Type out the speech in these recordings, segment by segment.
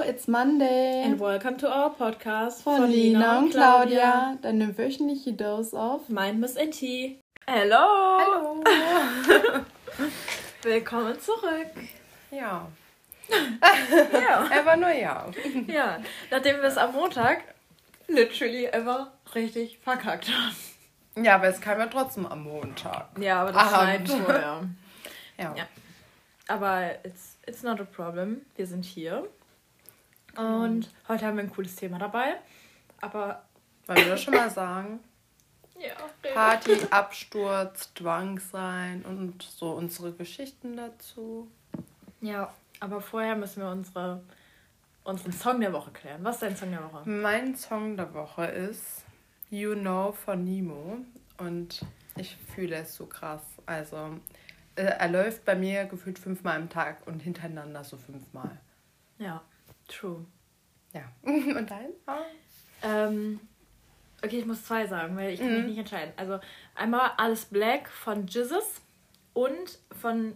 it's Monday. And welcome to our podcast von Lina und Claudia. Deine wöchentliche Dose of Mindless and Tea. Hello! Hallo! Willkommen zurück. Ja. Ja. Aber nur ja. Ja, nachdem wir es am Montag literally einfach richtig verkackt haben. Ja, aber es kam ja trotzdem am Montag. Ja, aber das schneiden vorher. Ja. Aber it's not a problem. Wir sind hier. Und heute haben wir ein cooles Thema dabei. Aber... Wollen wir das schon mal sagen? Ja. Party, Absturz, Zwangssein und so unsere Geschichten dazu. Ja, aber vorher müssen wir unseren Song der Woche klären. Was ist dein Song der Woche? Mein Song der Woche ist You Know von Nemo. Und ich fühle es so krass. Also, er läuft bei mir gefühlt 5-mal am Tag und hintereinander so 5-mal. Ja, true. Ja. Und dein? Okay, ich muss 2 sagen, weil ich kann mich nicht entscheiden. Also einmal Alles Black von Jizzes und von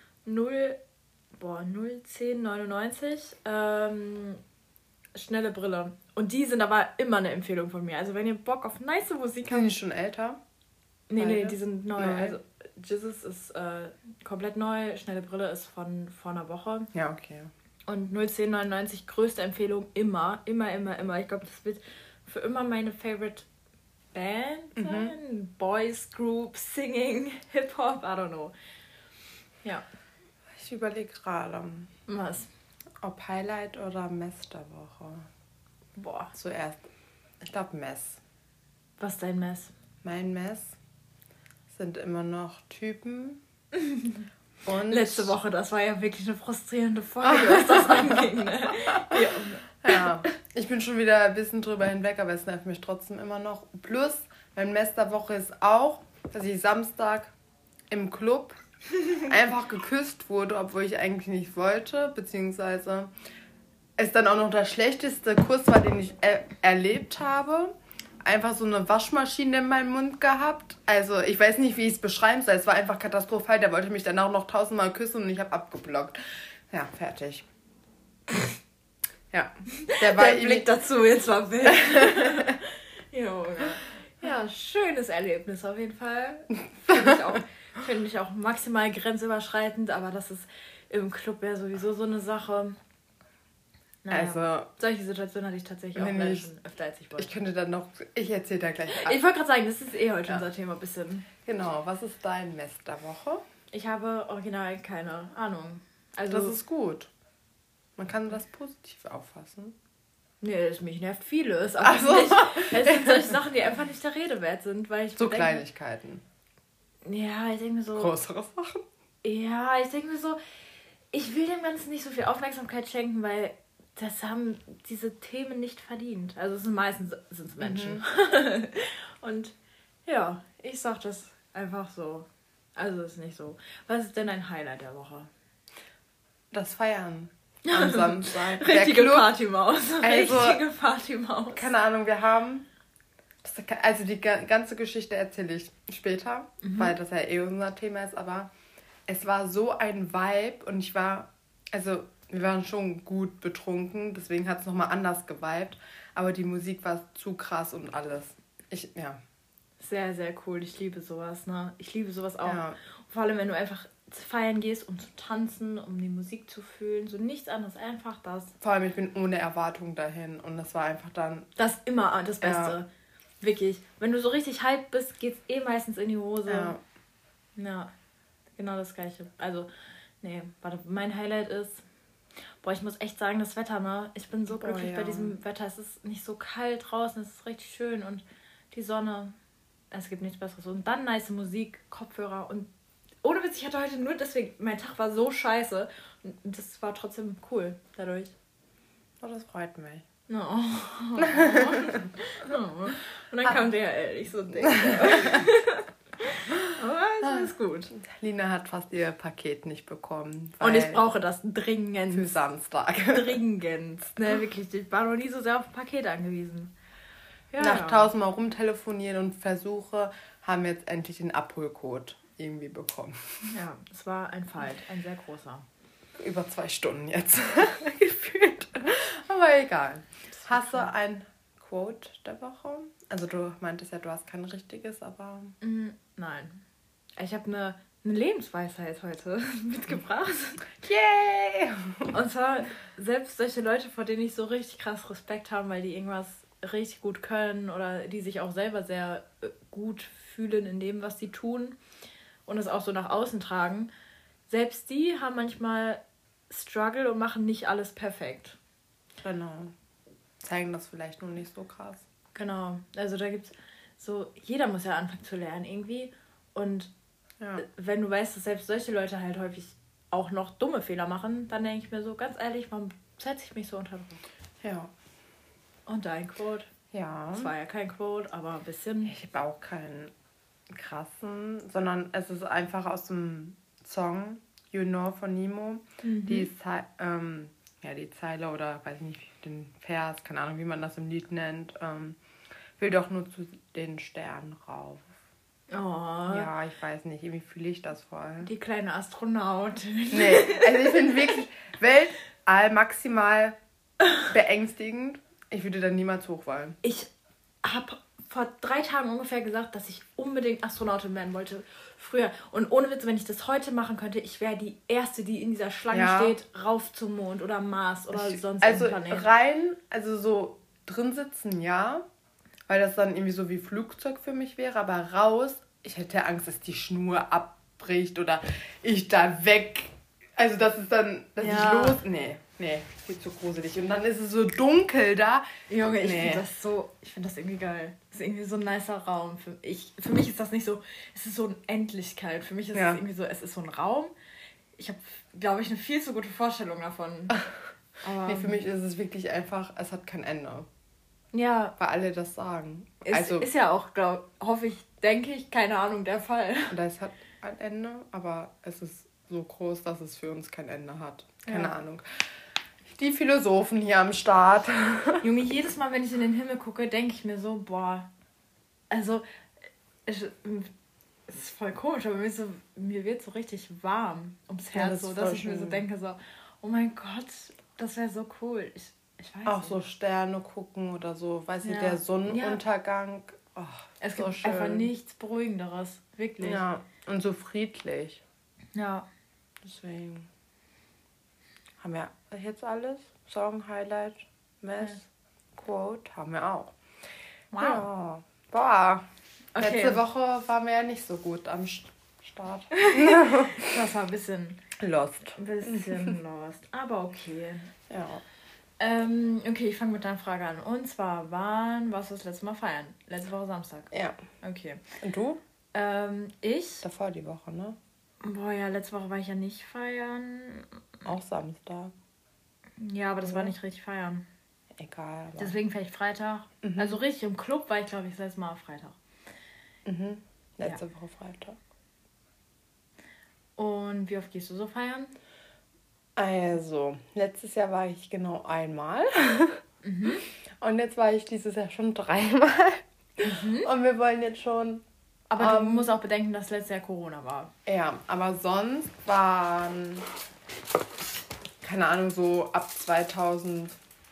01099 Schnelle Brille. Und die sind aber immer eine Empfehlung von mir. Also wenn ihr Bock auf nice Musik habt... Sind die schon älter? Nee, die sind neu. Also Jizzes ist komplett neu, Schnelle Brille ist von vor einer Woche. Ja, okay. Und 01099 größte Empfehlung immer. Ich glaube, das wird für immer meine Favorite Band sein. Boys Group, Singing, Hip-Hop, I don't know. Ja. Ich überlege gerade, Was? ob Highlight oder Mess der Woche. Boah. Zuerst, ich glaube Mess. Was ist dein Mess? Mein Mess sind immer noch Typen. Und Letzte Woche, das war ja wirklich eine frustrierende Folge, was das anging. Ne? Ja, ich bin schon wieder ein bisschen drüber hinweg, aber es nervt mich trotzdem immer noch. Plus, mein Mess der Woche ist auch, dass ich Samstag im Club einfach geküsst wurde, obwohl ich eigentlich nicht wollte, beziehungsweise es dann auch noch der schlechteste Kuss war, den ich erlebt habe. Einfach so eine Waschmaschine in meinem Mund gehabt. Also ich weiß nicht, wie ich es beschreiben soll. Es war einfach katastrophal. Der wollte mich danach noch 1000-mal küssen und ich habe abgeblockt. Ja, fertig. Ja. Der Blick dazu, jetzt war wild. Ja, schönes Erlebnis auf jeden Fall. Finde ich auch maximal grenzüberschreitend, aber das ist im Club ja sowieso so eine Sache. Naja, also, solche Situationen hatte ich tatsächlich auch schon öfter, als ich wollte. Ich erzähle da gleich. Ich wollte gerade sagen, das ist heute unser Thema ein bisschen. Genau, was ist dein Mess der Woche? Ich habe original keine Ahnung. Also, das ist gut. Man kann das positiv auffassen. Nee, mich nervt vieles. Aber es sind solche Sachen, die einfach nicht der Rede wert sind. Weil ich so Kleinigkeiten. Ja, ich denke mir so... Größere Sachen? Ja, ich denke mir so, ich will dem Ganzen nicht so viel Aufmerksamkeit schenken, weil das haben diese Themen nicht verdient. Also es sind meistens Menschen. Und ja, ich sag das einfach so. Also ist nicht so. Was ist denn ein Highlight der Woche? Das Feiern am Samstag. Richtige Partymaus. Also, richtige Partymaus. Keine Ahnung, wir haben... Also die ganze Geschichte erzähle ich später, weil das ja unser Thema ist, aber es war so ein Vibe und wir waren schon gut betrunken, deswegen hat es nochmal anders geweibt, aber die Musik war zu krass und alles. Sehr, sehr cool, ich liebe sowas, ne? Ich liebe sowas auch. Ja. Vor allem, wenn du einfach feiern gehst, um zu tanzen, um die Musik zu fühlen, so nichts anderes, einfach das. Vor allem, ich bin ohne Erwartung dahin und das war einfach dann... Das ist immer das Beste. Ja. Wirklich. Wenn du so richtig hyped bist, geht's meistens in die Hose. Ja, genau das Gleiche. Also, mein Highlight ist... ich muss echt sagen, das Wetter, ne? Ich bin so glücklich bei diesem Wetter. Es ist nicht so kalt draußen, es ist richtig schön und die Sonne, es gibt nichts Besseres. Und dann nice Musik, Kopfhörer und ohne Witz, ich hatte heute nur deswegen, mein Tag war so scheiße und das war trotzdem cool dadurch. Oh, das freut mich. No. Und dann kam DHL, ich so denke. Aber es ist gut. Lina hat fast ihr Paket nicht bekommen. Und ich brauche das dringend. Für Samstag. Dringend. Ne, wirklich, ich war noch nie so sehr auf ein Paket angewiesen. Ja. Nach 1000-mal rumtelefonieren und Versuche haben wir jetzt endlich den Abholcode irgendwie bekommen. Ja, es war ein Fight, ein sehr großer. Über 2 Stunden jetzt gefühlt. Aber egal. Hast du ein Quote der Woche? Also du meintest ja, du hast kein richtiges, aber... Nein. Ich habe eine Lebensweisheit heute mitgebracht. Yay! Und zwar selbst solche Leute, vor denen ich so richtig krass Respekt habe, weil die irgendwas richtig gut können oder die sich auch selber sehr gut fühlen in dem, was sie tun und es auch so nach außen tragen. Selbst die haben manchmal Struggle und machen nicht alles perfekt. Genau. Zeigen das vielleicht nur nicht so krass. Genau. Also da gibt's so, jeder muss ja anfangen zu lernen irgendwie. Und wenn du weißt, dass selbst solche Leute halt häufig auch noch dumme Fehler machen, dann denke ich mir so, ganz ehrlich, warum setze ich mich so unter Druck? Ja. Und dein Quote? Ja. Das war ja kein Quote, aber ein bisschen. Ich habe auch keinen krassen, sondern es ist einfach aus dem Song You Know von Nemo. Die Zeile oder weiß ich nicht, den Vers, keine Ahnung, wie man das im Lied nennt, will doch nur zu den Sternen rauf. Oh. Ja, ich weiß nicht, irgendwie fühle ich das voll. Die kleine Astronautin. Nee, also ich finde wirklich Weltall maximal beängstigend. Ich würde dann niemals hoch wollen. Ich habe vor 3 Tagen ungefähr gesagt, dass ich unbedingt Astronautin werden wollte. Früher. Und ohne Witz, wenn ich das heute machen könnte, ich wäre die Erste, die in dieser Schlange steht, rauf zum Mond oder Mars oder sonst also Planeten. Rein, also so drin sitzen, ja. Weil das dann irgendwie so wie Flugzeug für mich wäre. Aber raus, ich hätte Angst, dass die Schnur abbricht oder ich da weg. Also das ist dann, dass ich los... Nee, viel zu gruselig. Und dann ist es so dunkel da. Junge, ich finde das irgendwie geil. Das ist irgendwie so ein nicer Raum. Für mich ist das nicht so, es ist so eine Endlichkeit. Für mich ist es irgendwie so, es ist so ein Raum. Ich habe, glaube ich, eine viel zu gute Vorstellung davon. Aber nee, für mich ist es wirklich einfach, es hat kein Ende. Ja. Weil alle das sagen. Ist ja auch, denke ich, keine Ahnung, der Fall. Und es hat ein Ende, aber es ist so groß, dass es für uns kein Ende hat. Keine Ahnung. Die Philosophen hier am Start. Junge, jedes Mal, wenn ich in den Himmel gucke, denke ich mir so, boah, also, es ist voll komisch, aber mir wird so richtig warm ums Herz, so, dass ich mir so denke, so, oh mein Gott, das wäre so cool. Ich weiß auch nicht. So Sterne gucken oder so, weiß ich, der Sonnenuntergang. Oh, es gibt schön. Einfach nichts Beruhigenderes, wirklich. Ja, und so friedlich. Ja. Deswegen haben wir jetzt alles. Song, Highlight, Mess, Quote haben wir auch. Wow. Ja. Boah. Okay. Letzte Woche waren wir ja nicht so gut am Start. Das war ein bisschen lost. Aber okay. Ja. Okay, ich fange mit deiner Frage an. Und zwar, wann warst du das letzte Mal feiern? Letzte Woche Samstag. Ja. Okay. Und du? Ich? Davor die Woche, ne? Boah, ja, letzte Woche war ich ja nicht feiern. Auch Samstag. Ja, aber das war nicht richtig feiern. Egal. Aber... Deswegen vielleicht Freitag. Also richtig im Club war ich, glaube ich, das letzte Mal Freitag. Letzte Woche Freitag. Und wie oft gehst du so feiern? Also, letztes Jahr war ich genau einmal. Und jetzt war ich dieses Jahr schon 3-mal. Und wir wollen jetzt schon... Aber du musst auch bedenken, dass letztes Jahr Corona war. Ja, aber sonst waren, keine Ahnung, so ab 2017,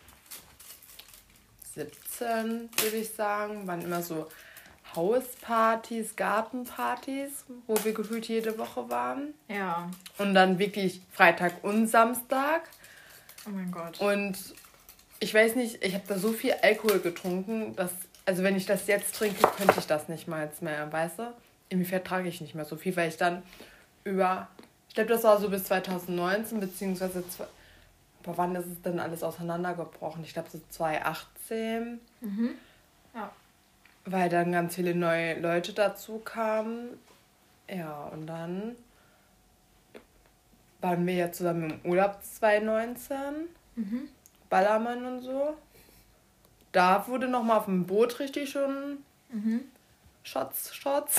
würde ich sagen, waren immer so Hauspartys, Gartenpartys, wo wir gefühlt jede Woche waren. Ja. Und dann wirklich Freitag und Samstag. Oh mein Gott. Und ich weiß nicht, ich habe da so viel Alkohol getrunken, dass... Also wenn ich das jetzt trinke, könnte ich das nicht mal mehr, weißt du? Irgendwie vertrage ich nicht mehr so viel, weil ich dann ich glaube, das war so bis 2019, beziehungsweise, wann ist es denn alles auseinandergebrochen? Ich glaube so 2018. Ja. Weil dann ganz viele neue Leute dazu kamen. Ja, und dann waren wir ja zusammen im Urlaub 2019. Ballermann und so. Da wurde nochmal auf dem Boot richtig schon Shots.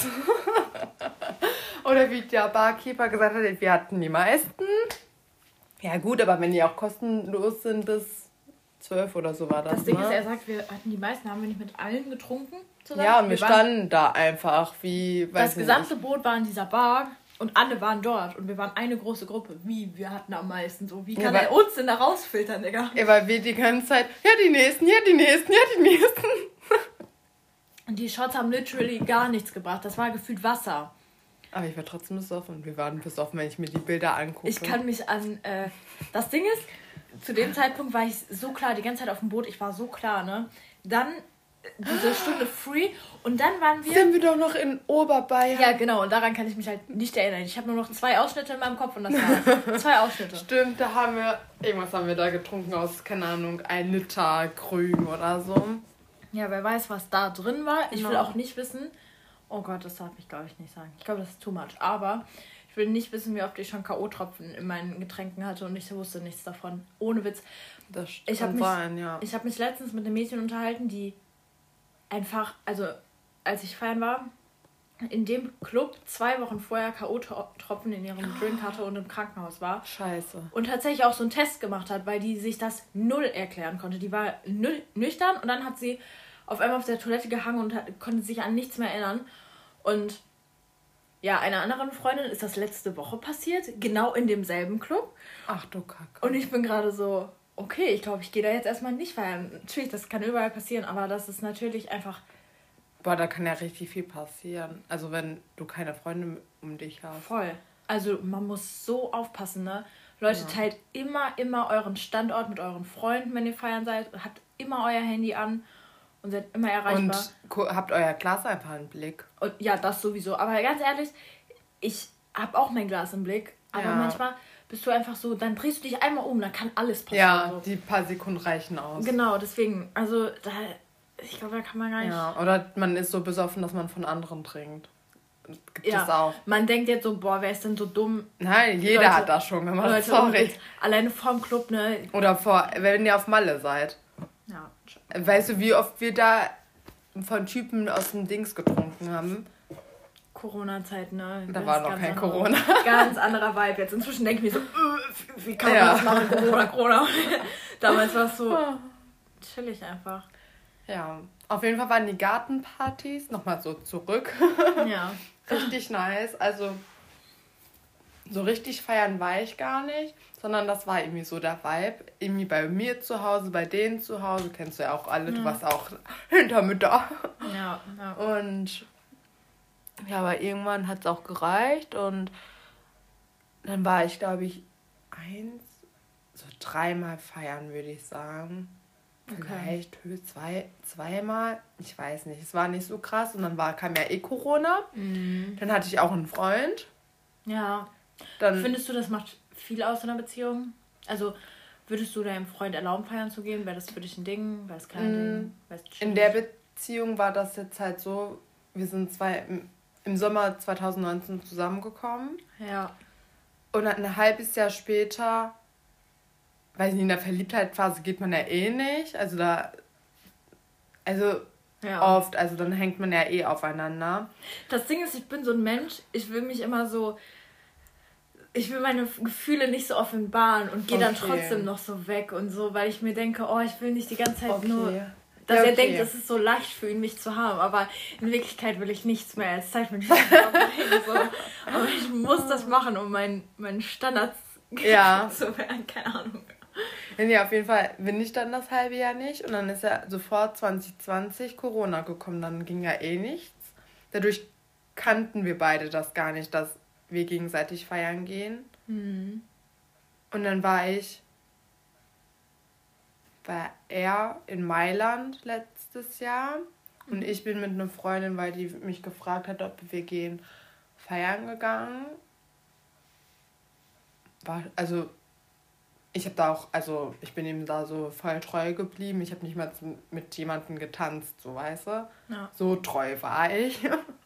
Oder wie der Barkeeper gesagt hat, wir hatten die meisten. Ja gut, aber wenn die auch kostenlos sind bis 12 oder so war das. Das Ding ist, er sagt, wir hatten die meisten, haben wir nicht mit allen getrunken zusammen? Ja, und wir standen da einfach wie... Das gesamte Boot war in dieser Bar Und alle waren dort und wir waren eine große Gruppe. Wir hatten am meisten so. Wie kann er uns denn da rausfiltern, Digga? Ja, weil wir die ganze Zeit, ja, die Nächsten. Und die Shots haben literally gar nichts gebracht. Das war gefühlt Wasser. Aber ich war trotzdem besoffen und wir waren besoffen, wenn ich mir die Bilder angucke. Ich kann mich an... das Ding ist, zu dem Zeitpunkt war ich so klar, die ganze Zeit auf dem Boot. Ich war so klar, ne? Dann diese Stunde free und dann waren wir... Sind wir doch noch in Oberbayern. Ja, genau. Und daran kann ich mich halt nicht erinnern. Ich habe nur noch 2 Ausschnitte in meinem Kopf und das war's. 2 Ausschnitte. Stimmt, da haben wir... Irgendwas haben wir da getrunken aus, keine Ahnung, 1 Liter Krügen oder so. Ja, wer weiß, was da drin war. Ich will auch nicht wissen... Oh Gott, das darf ich, glaube ich, nicht sagen. Ich glaube, das ist too much. Aber ich will nicht wissen, wie oft ich schon K.O.-Tropfen in meinen Getränken hatte und ich wusste nichts davon. Ohne Witz. Das ich habe mich letztens mit einem Mädchen unterhalten, die einfach, also als ich feiern war, in dem Club 2 Wochen vorher K.O.-Tropfen in ihrem Drink hatte und im Krankenhaus war. Scheiße. Und tatsächlich auch so einen Test gemacht hat, weil die sich das null erklären konnte. Die war nüchtern und dann hat sie auf einmal auf der Toilette gehangen und konnte sich an nichts mehr erinnern. Und ja, einer anderen Freundin ist das letzte Woche passiert, genau in demselben Club. Ach du Kacke. Und ich bin gerade so, okay, ich glaube, ich gehe da jetzt erstmal nicht feiern. Natürlich, das kann überall passieren, aber das ist natürlich einfach... Boah, da kann ja richtig viel passieren. Also wenn du keine Freunde um dich hast. Voll. Also man muss so aufpassen, ne? Leute, teilt immer euren Standort mit euren Freunden, wenn ihr feiern seid. Habt immer euer Handy an und seid immer erreichbar. Und habt euer Glas einfach im Blick. Und ja, das sowieso. Aber ganz ehrlich, ich habe auch mein Glas im Blick. Aber manchmal bist du einfach so, dann drehst du dich einmal um, dann kann alles passieren. Ja, so. Die paar Sekunden reichen aus. Genau, deswegen, also ich glaube, da kann man gar nicht... Ja, oder man ist so besoffen, dass man von anderen trinkt. Gibt es auch. Man denkt jetzt so, boah, wer ist denn so dumm? Nein, jeder Leute, hat das schon gemacht, Leute, sorry. Alleine vorm Club, ne? Oder wenn ihr auf Malle seid. Ja. Weißt du, wie oft wir da von Typen aus dem Dings getrunken haben? Corona-Zeit, ne? Da war noch kein Corona. Ganz anderer Vibe. Jetzt inzwischen denke ich mir so, wie kann man das machen? Corona. Damals war es so chillig einfach. Ja, auf jeden Fall waren die Gartenpartys, nochmal so zurück. Ja. Richtig nice. Also so richtig feiern war ich gar nicht, sondern das war irgendwie so der Vibe. Irgendwie bei mir zu Hause, bei denen zu Hause, kennst du ja auch alle, du warst auch hinter mir da. Ja. Und ja, aber irgendwann hat es auch gereicht und dann war ich, glaube ich, 3-mal feiern, würde ich sagen. Vielleicht zweimal, ich weiß nicht, es war nicht so krass und dann kam ja Corona. Dann hatte ich auch einen Freund. Ja. Dann findest du, das macht viel aus in einer Beziehung? Also würdest du deinem Freund erlauben, feiern zu gehen? Wäre das für dich ein Ding? Wäre das kein Ding? In der Beziehung war das jetzt halt so, wir sind im Sommer 2019 zusammengekommen. Ja. Und dann ein halbes Jahr später, weiß nicht, in der Verliebtheitsphase geht man ja eh nicht. Oft, also dann hängt man ja eh aufeinander. Das Ding ist, ich bin so ein Mensch, ich will meine Gefühle nicht so offenbaren und gehe dann trotzdem noch so weg und so, weil ich mir denke, oh, ich will nicht die ganze Zeit nur, dass er denkt, es ist so leicht für ihn, mich zu haben, aber in Wirklichkeit will ich nichts mehr, es zeigt mir nicht so. Aber ich muss das machen, um meinen Standards zu werden, keine Ahnung. Ja, auf jeden Fall bin ich dann das halbe Jahr nicht und dann ist ja sofort 2020 Corona gekommen, dann ging ja eh nichts. Dadurch kannten wir beide das gar nicht, dass wir gegenseitig feiern gehen. Mhm. Und dann war er in Mailand letztes Jahr und ich bin mit einer Freundin, weil die mich gefragt hat, ob wir gehen, feiern gegangen. Ich bin ihm da so voll treu geblieben. Ich habe nicht mal mit jemandem getanzt, so, weißt du? Ja. So treu war ich.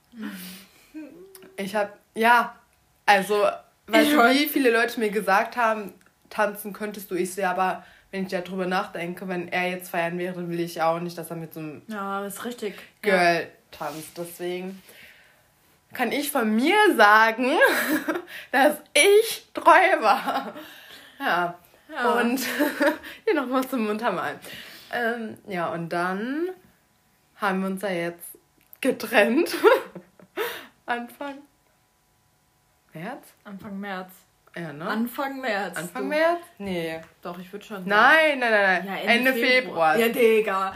Weißt du, wie viele Leute mir gesagt haben, tanzen könntest du. Ich sehe aber, wenn ich darüber nachdenke, wenn er jetzt feiern wäre, will ich auch nicht, dass er mit so einem das ist richtig. Girl tanzt. Deswegen kann ich von mir sagen, dass ich treu war. Ja. Und hier nochmal zum Untermalen. Und dann haben wir uns ja jetzt getrennt. Anfang März? Anfang März. Ja, ne? Anfang März. Anfang März? Nee. Doch, ich würde schon sagen. Nein. Ja, Ende Februar. Ja, Digga.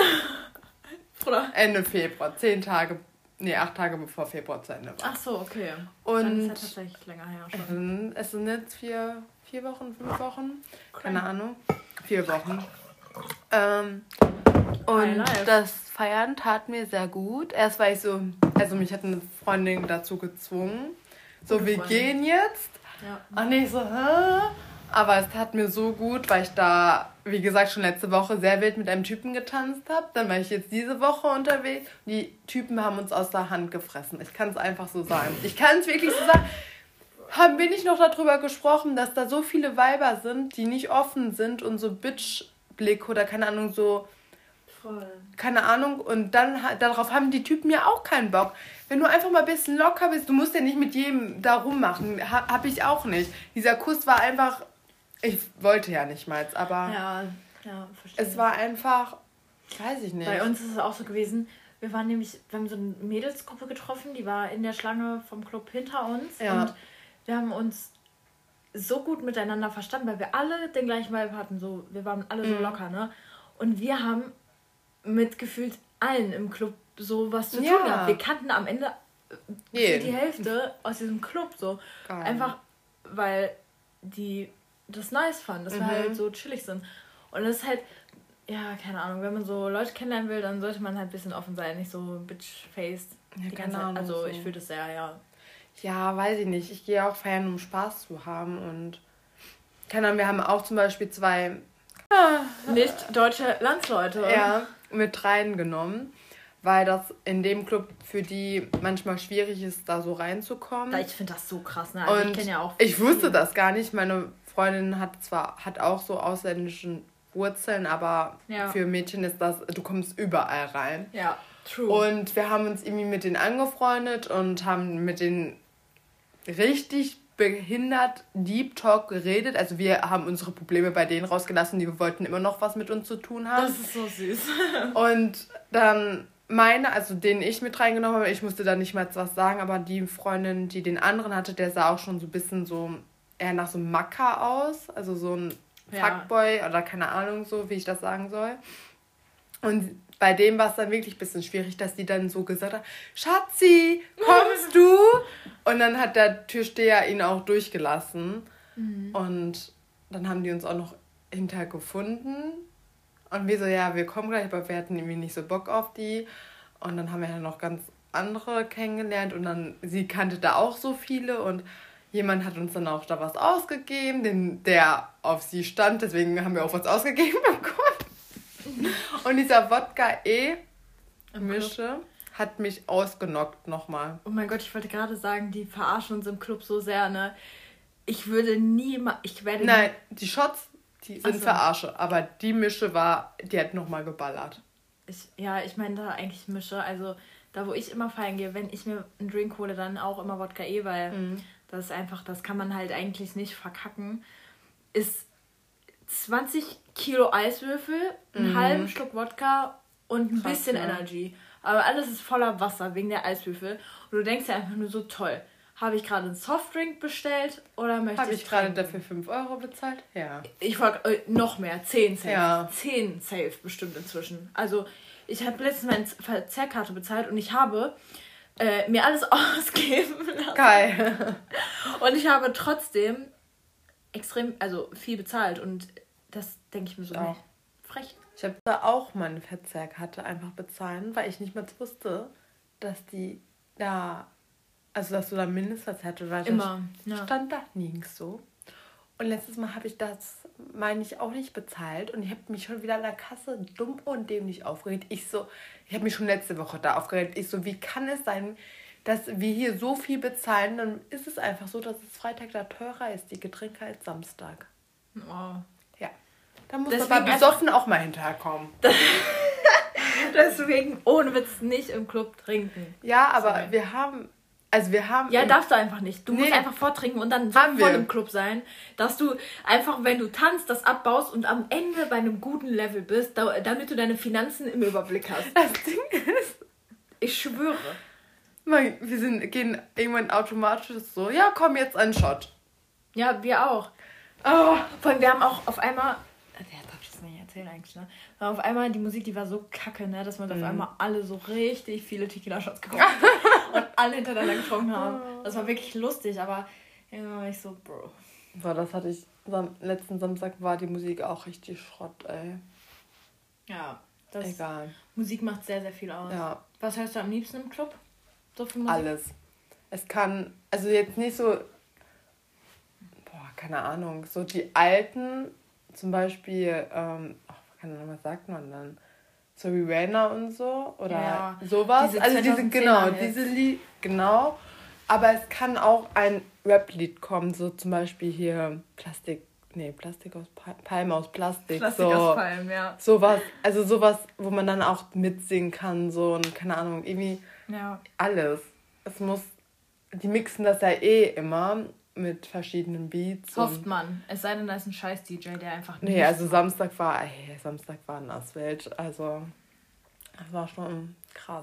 Ende Februar. 8 Tage bevor Februar zu Ende war. Ach so, okay. Und dann ist ja tatsächlich länger her schon. Es sind jetzt 4 Wochen, 5 Wochen. Keine Ahnung. 4 Wochen. Und das Feiern tat mir sehr gut. Erst war ich so, also mich hat eine Freundin dazu gezwungen. So, wir gehen jetzt. Ja. Und ich so, hä? Aber es tat mir so gut, weil ich da, wie gesagt, schon letzte Woche sehr wild mit einem Typen getanzt habe. Dann war ich jetzt diese Woche unterwegs. Die Typen haben uns aus der Hand gefressen. Ich kann es einfach so sagen. Ich kann es wirklich so sagen. Haben wir nicht noch darüber gesprochen, dass da so viele Weiber sind, die nicht offen sind und so Bitch-Blick oder keine Ahnung, so... Voll. Keine Ahnung. Und dann darauf haben die Typen ja auch keinen Bock. Wenn du einfach mal ein bisschen locker bist, du musst ja nicht mit jedem da rummachen. Hab ich auch nicht. Dieser Kuss war einfach... Ich wollte ja nicht mal, aber... Ja, verstehe. Es war einfach... Weiß ich nicht. Bei uns ist es auch so gewesen, wir haben so eine Mädelsgruppe getroffen, die war in der Schlange vom Club hinter uns. Ja. Und wir haben uns so gut miteinander verstanden, weil wir alle den gleichen Vibe hatten. So, wir waren alle so locker, ne? Und wir haben mit gefühlt allen im Club so was zu tun gehabt. Wir kannten am Ende die Hälfte aus diesem Club so. Geil. Einfach, weil die das nice fanden, dass wir halt so chillig sind. Und das ist halt, ja, keine Ahnung, wenn man so Leute kennenlernen will, dann sollte man halt ein bisschen offen sein, nicht so bitch-faced die ganze Zeit. Also ich fühle das sehr, ja. Ja, weiß ich nicht. Ich gehe auch feiern, um Spaß zu haben. Und keine Ahnung, wir haben auch zum Beispiel 2 nicht deutsche Landsleute. Ja, mit reingenommen, weil das in dem Club für die manchmal schwierig ist, da so reinzukommen. Ich finde das so krass, ne? Also und ich kenne ja auch ich wusste das gar nicht. Meine Freundin hat auch so ausländische Wurzeln, aber für Mädchen ist das, du kommst überall rein. Ja, true. Und wir haben uns irgendwie mit denen angefreundet und haben mit denen richtig behindert Deep Talk geredet. Also wir haben unsere Probleme bei denen rausgelassen, die wollten immer noch was mit uns zu tun haben. Das ist so süß. Und dann den ich mit reingenommen habe, ich musste da nicht mal was sagen, aber die Freundin, die den anderen hatte, der sah auch schon so ein bisschen so eher nach so einem Macker aus. Also so ein Fuckboy oder keine Ahnung so, wie ich das sagen soll. Und bei dem war es dann wirklich ein bisschen schwierig, dass die dann so gesagt hat, Schatzi, kommst du? Und dann hat der Türsteher ihn auch durchgelassen. Und dann haben die uns auch noch hinterher gefunden. Und wir so, ja, wir kommen gleich, aber wir hatten irgendwie nicht so Bock auf die. Und dann haben wir ja noch ganz andere kennengelernt. Und dann, sie kannte da auch so viele. Und jemand hat uns dann auch da was ausgegeben, der auf sie stand. Deswegen haben wir auch was ausgegeben bekommen. Und dieser Wodka-Mische hat mich ausgenockt nochmal. Oh mein Gott, ich wollte gerade sagen, die verarschen uns im Club so sehr, ne? Ich würde Nein, die Shots, die sind Verarsche. Aber die Mische die hat nochmal geballert. Ich meine da eigentlich Mische. Also da, wo ich immer feiern gehe, wenn ich mir einen Drink hole, dann auch immer Wodka weil das ist einfach, das kann man halt eigentlich nicht verkacken, ist 20 Kilo Eiswürfel, einen halben Schluck Wodka und ein bisschen Energy. Aber alles ist voller Wasser wegen der Eiswürfel. Und du denkst ja einfach nur so, toll, habe ich gerade einen Softdrink bestellt oder möchte Habe ich gerade dafür 5 Euro bezahlt? Ja. Ich wollte noch mehr, 10 safe. Ja. 10 safe bestimmt inzwischen. Also ich habe letztens meine Verzehrkarte bezahlt und ich habe mir alles ausgeben lassen. Geil. Und ich habe trotzdem extrem, also viel bezahlt und das denke ich mir so, nee, frech. Ich habe da auch meine Verzehrkarte einfach bezahlen, weil ich nicht mehr wusste, dass die da, also dass du da Mindestverzerrt oder immer stand da nirgends so. Und letztes Mal habe ich das, meine ich, auch nicht bezahlt und ich habe mich schon wieder an der Kasse dumm und dämlich aufgeregt. Ich habe mich schon letzte Woche da aufgeregt. Ich so, wie kann es sein, dass wir hier so viel bezahlen? Dann ist es einfach so, dass es Freitag da teurer ist, die Getränke, als Samstag. Oh. Ja. Da muss man aber besoffen auch mal hinterherkommen. Deswegen ohne Witz nicht im Club trinken. Ja, aber wir haben... Ja, darfst du einfach nicht. Du musst einfach vortrinken und dann so voll im Club sein, dass du einfach, wenn du tanzt, das abbaust und am Ende bei einem guten Level bist, damit du deine Finanzen im Überblick hast. Das Ding ist... Ich schwöre. gehen irgendwann automatisch so, ja, komm jetzt ein Shot. Ja, wir auch. Oh, vor allem, wir haben auch auf einmal, darf ich das nicht erzählen eigentlich, ne? Aber auf einmal, die Musik, die war so kacke, ne? Dass wir uns auf einmal alle so richtig viele Tequila-Shots gekauft haben und alle hintereinander getrunken haben. Das war wirklich lustig, aber irgendwann war ich so, Bro. Boah, das hatte ich, letzten Samstag war die Musik auch richtig Schrott, ey. Ja, egal. Musik macht sehr, sehr viel aus. Ja. Was hörst du am liebsten im Club? So viel Musik? Alles. Es kann, also jetzt nicht so, keine Ahnung, so die alten, zum Beispiel, keine Ahnung, was sagt man dann? So Rihanna und so, oder sowas. Also genau. Aber es kann auch ein Rap-Lied kommen, so zum Beispiel hier Plastik aus Palm aus Plastik. Plastik aus Palm, ja. Sowas, wo man dann auch mitsingen kann, so und keine Ahnung, irgendwie alles. Die mixen das ja immer mit verschiedenen Beats. Hofft man. Es sei denn, da ist ein scheiß DJ, der einfach nicht... Nee, also Samstag war Nasswelt. Also, das war schon krass.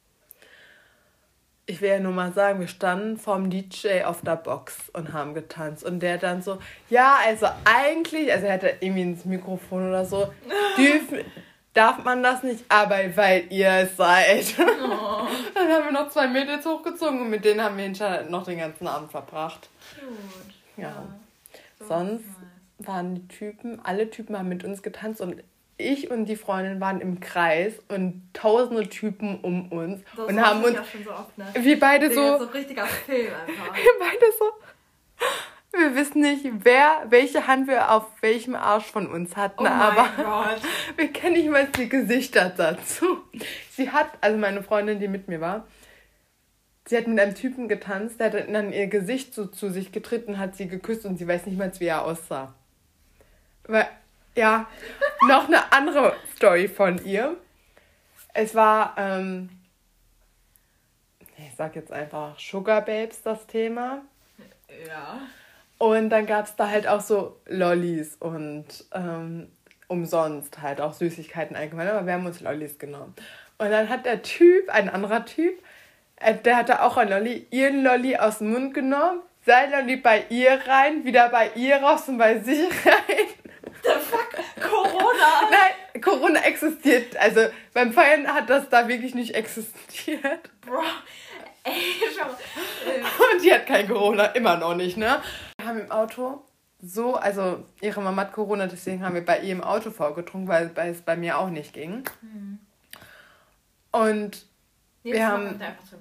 Ich will ja nur mal sagen, wir standen vorm DJ auf der Box und haben getanzt. Und der dann so, ja, also eigentlich, also er hatte irgendwie ins Mikrofon oder so, darf man das nicht, aber weil ihr es seid. Oh. Dann haben wir noch 2 Mädels hochgezogen und mit denen haben wir hinterher noch den ganzen Abend verbracht. Gut. Ja. So sonst waren alle Typen haben mit uns getanzt und ich und die Freundin waren im Kreis und tausende Typen um uns. Das und haben uns. Ja schon so oft, ne? Wir beide so. So ein richtiger Film einfach. Wir beide so. Wir wissen nicht, welche Hand wir auf welchem Arsch von uns hatten, aber wir kennen nicht mal die Gesichter dazu. Also meine Freundin, die mit mir war, sie hat mit einem Typen getanzt, der hat dann ihr Gesicht so zu sich getreten, hat sie geküsst und sie weiß nicht mal, wie er aussah. Ja, noch eine andere Story von ihr. Es war, ich sag jetzt einfach Sugar Babes das Thema. Ja. Und dann gab es da halt auch so Lollis und umsonst halt auch Süßigkeiten allgemein, aber wir haben uns Lollis genommen. Und dann hat ein anderer Typ, der hatte auch ein Lolli, ihren Lolli aus dem Mund genommen, sein Lolli bei ihr rein, wieder bei ihr raus und bei sich rein. The fuck? Corona? Nein, Corona existiert. Also beim Feiern hat das da wirklich nicht existiert. Bro, ey, schau mal. Und die hat kein Corona, immer noch nicht, ne? Wir haben im Auto also ihre Mama hat Corona, deswegen haben wir bei ihr im Auto vorgetrunken, weil es bei mir auch nicht ging. Und wir haben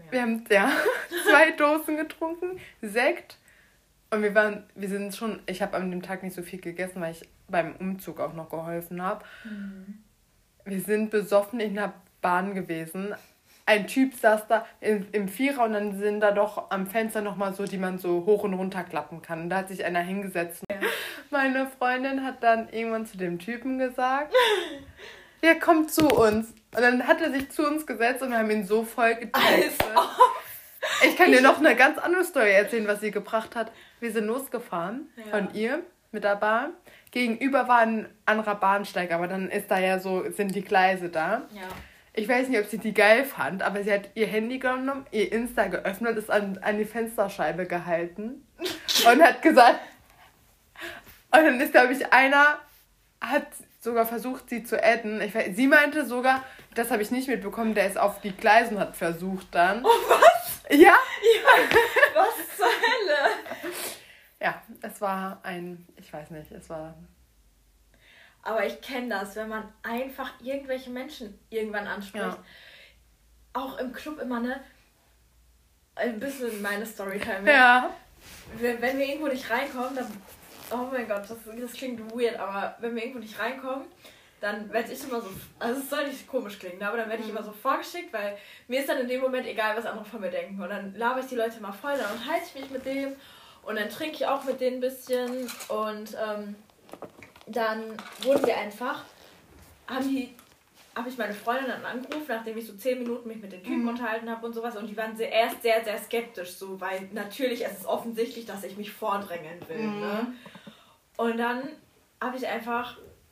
2 Dosen getrunken, Sekt. Und ich habe an dem Tag nicht so viel gegessen, weil ich beim Umzug auch noch geholfen habe. Wir sind besoffen in der Bahn gewesen. Ein Typ saß da im Vierer und dann sind da doch am Fenster nochmal so, die man so hoch und runter klappen kann. Und da hat sich einer hingesetzt. Ja. Meine Freundin hat dann irgendwann zu dem Typen gesagt, ja, komm zu uns. Und dann hat er sich zu uns gesetzt und wir haben ihn so voll getextet. Ich kann dir noch eine ganz andere Story erzählen, was sie gebracht hat. Wir sind losgefahren von ihr mit der Bahn. Gegenüber war ein anderer Bahnsteig, aber dann ist da ja so, sind die Gleise da. Ja. Ich weiß nicht, ob sie die geil fand, aber sie hat ihr Handy genommen, ihr Insta geöffnet, ist an die Fensterscheibe gehalten und hat gesagt, und dann ist, glaube ich, einer hat sogar versucht, sie zu adden. Sie meinte sogar, das habe ich nicht mitbekommen, der ist auf die Gleise und hat versucht dann. Oh, was? Ja? Ja, was zur Hölle? Ja, es war es war... Aber ich kenne das, wenn man einfach irgendwelche Menschen irgendwann anspricht. Ja. Auch im Club immer, ne? Ein bisschen meine Storytime. Ja. Wenn wir irgendwo nicht reinkommen, dann... Oh mein Gott, das klingt weird, aber wenn wir irgendwo nicht reinkommen, dann werde ich immer so... Also es soll nicht komisch klingen, aber dann werde ich immer so vorgeschickt, weil mir ist dann in dem Moment egal, was andere von mir denken. Und dann laber ich die Leute mal voll, dann unterhalte ich mich mit dem und dann trinke ich auch mit denen ein bisschen und... Dann wurden wir einfach, habe ich meine Freundin dann angerufen, nachdem ich so 10 Minuten mich mit den Typen unterhalten habe und sowas. Und die waren erst sehr, sehr skeptisch, so, weil natürlich ist es offensichtlich, dass ich mich vordrängeln will. Ne? Und dann habe ich einfach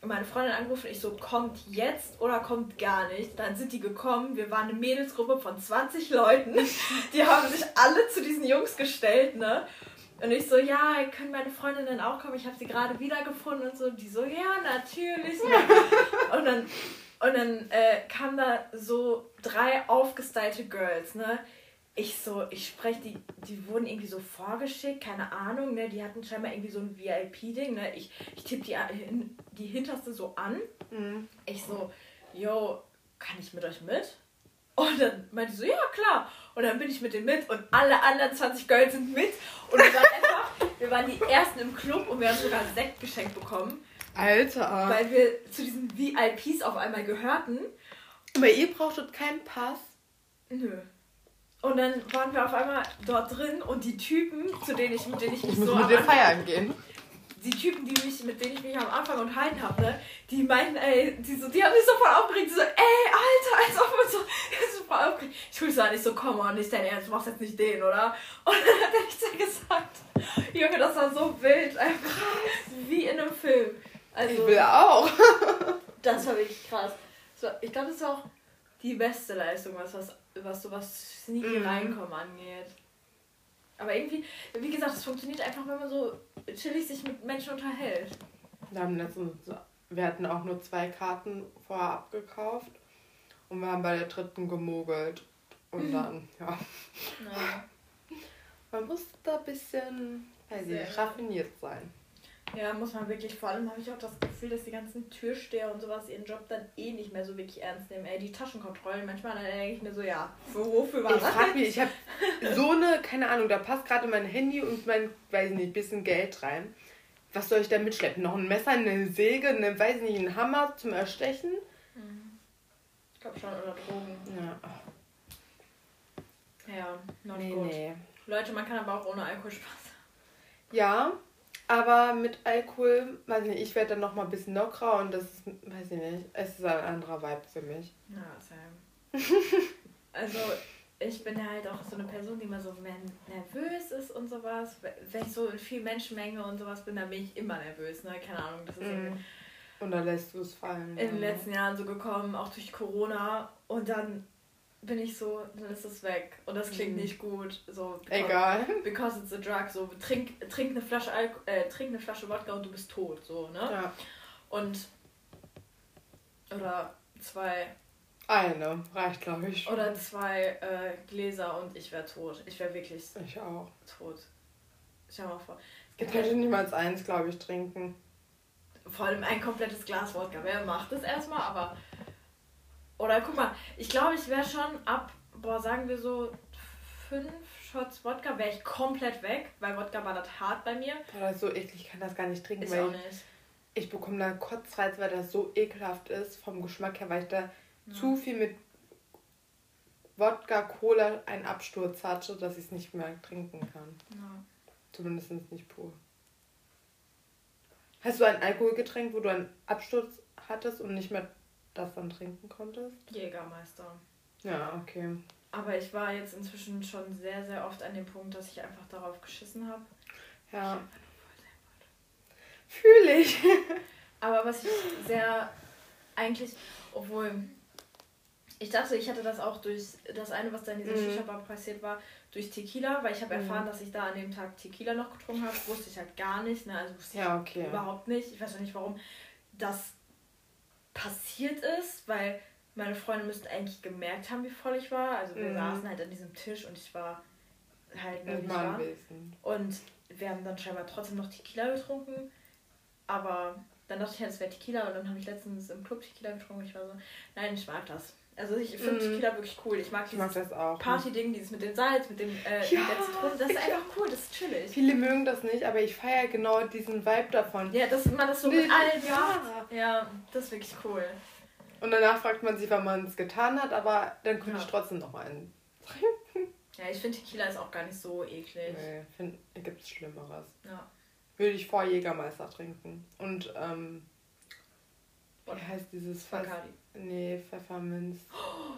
meine Freundin angerufen, ich so, kommt jetzt oder kommt gar nicht. Dann sind die gekommen, wir waren eine Mädelsgruppe von 20 Leuten, die haben sich alle zu diesen Jungs gestellt, ne? Und ich so, ja, können meine Freundinnen auch kommen, ich habe sie gerade wiedergefunden und so. Die so, ja, natürlich. Ne? Und dann kamen da so 3 aufgestylte Girls, ne? Ich spreche, die wurden irgendwie so vorgeschickt, keine Ahnung, ne? Die hatten scheinbar irgendwie so ein VIP-Ding, ne? Ich tippe die hinterste so an. Mhm. Ich so, yo, kann ich mit euch mit? Und dann meinte die so, ja, klar. Und dann bin ich mit denen mit und alle anderen 20 Girls sind mit. Und wir waren die Ersten im Club und wir haben sogar Sekt geschenkt bekommen. Alter. Weil wir zu diesen VIPs auf einmal gehörten. Aber ihr brauchtet keinen Pass? Nö. Und dann waren wir auf einmal dort drin und die Typen, mit denen ich mich so mit dir feiern gehen. Die Typen, mit denen ich mich am Anfang unterhalten habe, ne, die meinten, ey, die haben sich so voll aufgeregt, die so, ey, Alter, als ob man so voll aufgeregt. Ich will so nicht so, komm on, nicht dein Ernst, du machst jetzt nicht den, oder? Und dann hat er nichts gesagt. Junge, das war so wild, einfach wie in einem Film. Also, ich will auch. Das war wirklich krass. So, ich glaube, das ist auch die beste Leistung, was sneaky reinkommen angeht. Aber irgendwie, wie gesagt, es funktioniert einfach, wenn man so chillig sich mit Menschen unterhält. Wir hatten auch nur 2 Karten vorher abgekauft und wir haben bei der 3. gemogelt. Und dann, ja. Man muss da ein bisschen, raffiniert sein. Ja, muss man wirklich. Vor allem habe ich auch das Gefühl, dass die ganzen Türsteher und sowas ihren Job dann nicht mehr so wirklich ernst nehmen. Ey, die Taschenkontrollen, manchmal dann denke ich mir so, ja, wofür war das? Ich frage mich, ich habe so eine, keine Ahnung, da passt gerade mein Handy und mein, weiß nicht, bisschen Geld rein. Was soll ich da mitschleppen? Noch ein Messer, eine Säge, einen Hammer zum Erstechen? Ich glaube schon, oder Drogen. Ja. Ja, not gut. Nee. Leute, man kann aber auch ohne Alkohol Spaß haben. Ja. Aber mit Alkohol, weiß ich nicht, ich werde dann noch mal ein bisschen lockerer und das ist, weiß ich nicht, es ist ein anderer Vibe für mich. Ja, same. Also, ich bin ja halt auch so eine Person, die immer so nervös ist und sowas. Wenn ich so in viel Menschenmenge und sowas bin, dann bin ich immer nervös, ne? Keine Ahnung, das ist irgendwie... Und dann lässt du es fallen. In den letzten Jahren so gekommen, auch durch Corona und dann bin ich so, dann ist es weg. Und das klingt nicht gut. So, egal. Because it's a drug. So, trink eine Flasche Wodka und du bist tot. So, ne? Ja. Und. Oder 2. Eine, reicht glaube ich. Oder 2 Gläser und ich wäre tot. Ich wäre wirklich. Ich auch. Tot. Stell dir mal vor. Ich könnte niemals 1, glaube ich, trinken. Vor allem ein komplettes Glas Wodka. Wer macht das erstmal? Aber. Oder guck mal, ich glaube, ich wäre schon ab, sagen wir so 5 Shots Wodka, wäre ich komplett weg, weil Wodka war das hart bei mir. Boah, das ist so eklig, ich kann das gar nicht trinken, ist weil auch nicht. Ich bekomme da Kotzreiz, weil das so ekelhaft ist vom Geschmack her, weil ich da zu viel mit Wodka, Cola einen Absturz hatte, dass ich es nicht mehr trinken kann. Ja. Zumindest nicht pur. Hast du ein Alkoholgetränk, wo du einen Absturz hattest und nicht mehr das dann trinken konntest? Jägermeister. Ja, okay. Aber ich war jetzt inzwischen schon sehr, sehr oft an dem Punkt, dass ich einfach darauf geschissen habe. Ja. Fühle ich. Aber was ich eigentlich, obwohl ich dachte, ich hatte das auch durch das eine, was da in dieser Shisha-Bar passiert war, durch Tequila, weil ich habe erfahren, dass ich da an dem Tag Tequila noch getrunken habe. Wusste ich halt gar nicht, ne? Also wusste ich überhaupt nicht. Ich weiß auch nicht, warum das passiert ist, weil meine Freunde müssten eigentlich gemerkt haben, wie voll ich war. Also wir saßen halt an diesem Tisch und ich war halt nicht war. Und wir haben dann scheinbar trotzdem noch Tequila getrunken. Aber dann dachte ich halt, es wäre Tequila und dann habe ich letztens im Club Tequila getrunken und ich war so, nein, ich mag das. Also ich finde Tequila wirklich cool. Ich mag dieses Party-Ding, dieses mit dem Salz, mit dem Zitronen. Das ist einfach cool, das ist chillig. Viele mögen das nicht, aber ich feiere genau diesen Vibe davon. Ja, dass man das so mit allen macht. Ja, das ist wirklich cool. Und danach fragt man sich, wann man es getan hat, aber dann könnte ich trotzdem noch mal einen trinken. Ja, ich finde Tequila ist auch gar nicht so eklig. Nee, gibt es Schlimmeres. Ja. Würde ich vor Jägermeister trinken. Und, wie heißt dieses Bacardi. Nee, Pfefferminz. Oh,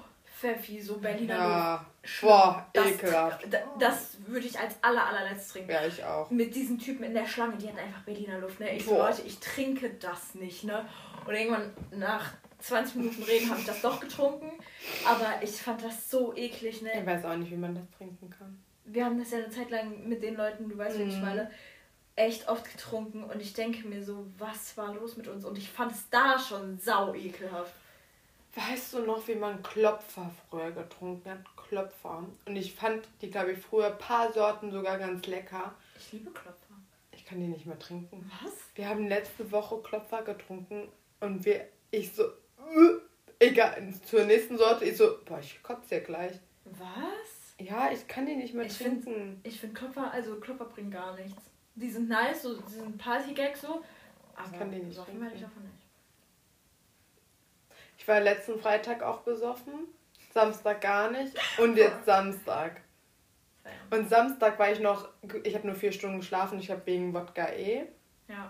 Pfeffi, so Berliner Luft. Boah, ekelhaft. Das würde ich als allerletztes trinken. Ja, ich auch. Mit diesen Typen in der Schlange, die hatten einfach Berliner Luft, ne? Ich so, Leute, ich trinke das nicht, ne? Und irgendwann nach 20 Minuten Reden habe ich das doch getrunken. Aber ich fand das so eklig, ne? Ich weiß auch nicht, wie man das trinken kann. Wir haben das ja eine Zeit lang mit den Leuten, du weißt, wie ich meine, echt oft getrunken. Und ich denke mir so, was war los mit uns? Und ich fand es da schon sau ekelhaft. Weißt du noch, wie man Klopfer früher getrunken hat? Klopfer. Und ich fand die, glaube ich, früher ein paar Sorten sogar ganz lecker. Ich liebe Klopfer. Ich kann die nicht mehr trinken. Was? Wir haben letzte Woche Klopfer getrunken und ich so, egal, zur nächsten Sorte, ich so, boah, ich kotze ja gleich. Was? Ja, ich kann die nicht mehr trinken. Ich finde Klopfer bringen gar nichts. Die sind nice, so, die sind Party-Gags so, aber ich kann die nicht besoffen werde ich davon nicht. Ich war letzten Freitag auch besoffen, Samstag gar nicht und jetzt Samstag. Und Samstag war ich habe nur 4 Stunden geschlafen, ich habe wegen Wodka Ja.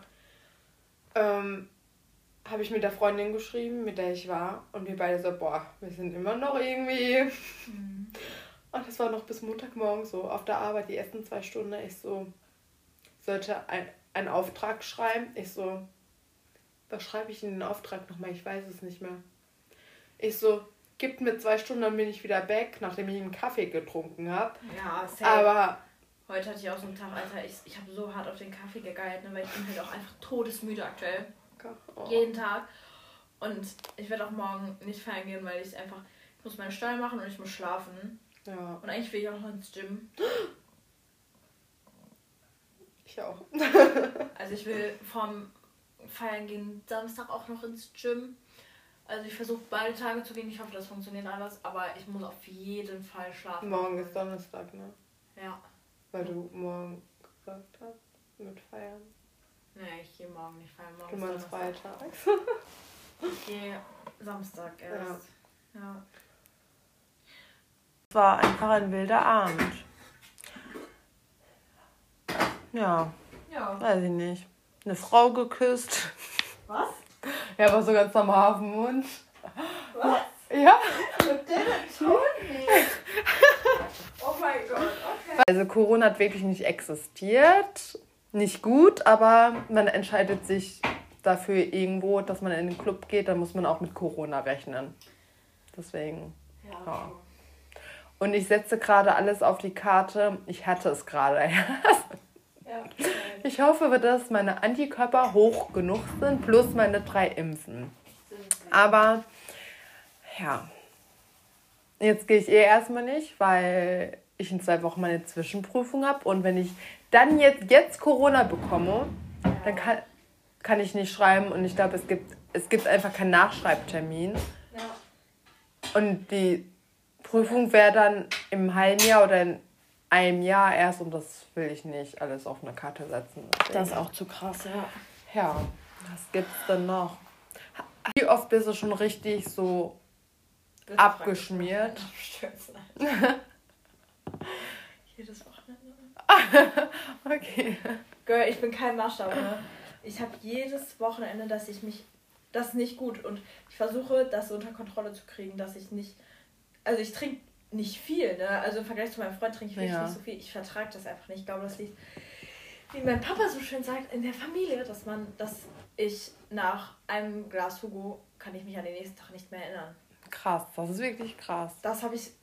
Habe ich mit der Freundin geschrieben, mit der ich war und wir beide so, boah, wir sind immer noch irgendwie. Und das war noch bis Montagmorgen so auf der Arbeit, die ersten 2 Stunden. Ich so, sollte einen Auftrag schreiben. Ich so, was schreibe ich in den Auftrag nochmal? Ich weiß es nicht mehr. Ich so, gibt mir 2 Stunden, dann bin ich wieder back, nachdem ich einen Kaffee getrunken habe. Ja, safe. Aber heute hatte ich auch so einen Tag, Alter, ich habe so hart auf den Kaffee gegeilt, ne, weil ich bin halt auch einfach todesmüde aktuell. Oh. Jeden Tag. Und ich werde auch morgen nicht feiern gehen, weil ich muss meine Steuer machen und ich muss schlafen. Ja. Und eigentlich will ich auch noch ins Gym. Ich auch. Also ich will vorm Feiern gehen Samstag auch noch ins Gym. Also ich versuche beide Tage zu gehen. Ich hoffe, das funktioniert alles. Aber ich muss auf jeden Fall schlafen. Morgen ist Donnerstag, ne? Ja. Weil du morgen gesagt hast, mit Feiern. Nee, ich gehe morgen nicht feiern. Morgen du meinst Freitag. Ich gehe Samstag erst. Ja. Es war einfach ein wilder Abend. Ja. Weiß ich nicht. Eine Frau geküsst. Was? Ja, aber so ganz am Hafenmund. Was? Ja. Oh mein Gott, okay. Also Corona hat wirklich nicht existiert. Nicht gut, aber man entscheidet sich dafür irgendwo, dass man in den Club geht, dann muss man auch mit Corona rechnen. Deswegen. Ja. Und ich setze gerade alles auf die Karte. Ich hatte es gerade erst. Ja. Ich hoffe, dass meine Antikörper hoch genug sind, plus meine 3 Impfen. Aber ja, jetzt gehe ich erstmal nicht, weil ich in 2 Wochen meine Zwischenprüfung habe. Und wenn ich dann jetzt Corona bekomme, dann kann ich nicht schreiben. Und ich glaube, es gibt einfach keinen Nachschreibtermin. Ja. Und die Prüfung wäre dann im halben Jahr oder in einem Jahr erst. Und das will ich nicht alles auf eine Karte setzen. Deswegen. Das ist auch zu krass, ja. Ja, was gibt's denn noch? Wie oft bist du schon richtig so abgeschmiert? Jedes Wochenende. Okay. Girl, ich bin kein Maßstab, ne? Ich habe jedes Wochenende, das ist nicht gut. Und ich versuche, das unter Kontrolle zu kriegen, dass ich nicht... Also ich trinke nicht viel, ne? Also im Vergleich zu meinem Freund trinke ich wirklich nicht so viel. Ich vertrage das einfach nicht. Ich glaube, das liegt, wie mein Papa so schön sagt, in der Familie, dass ich nach einem Glas Hugo kann ich mich an den nächsten Tag nicht mehr erinnern. Krass, das ist wirklich krass. Das habe ich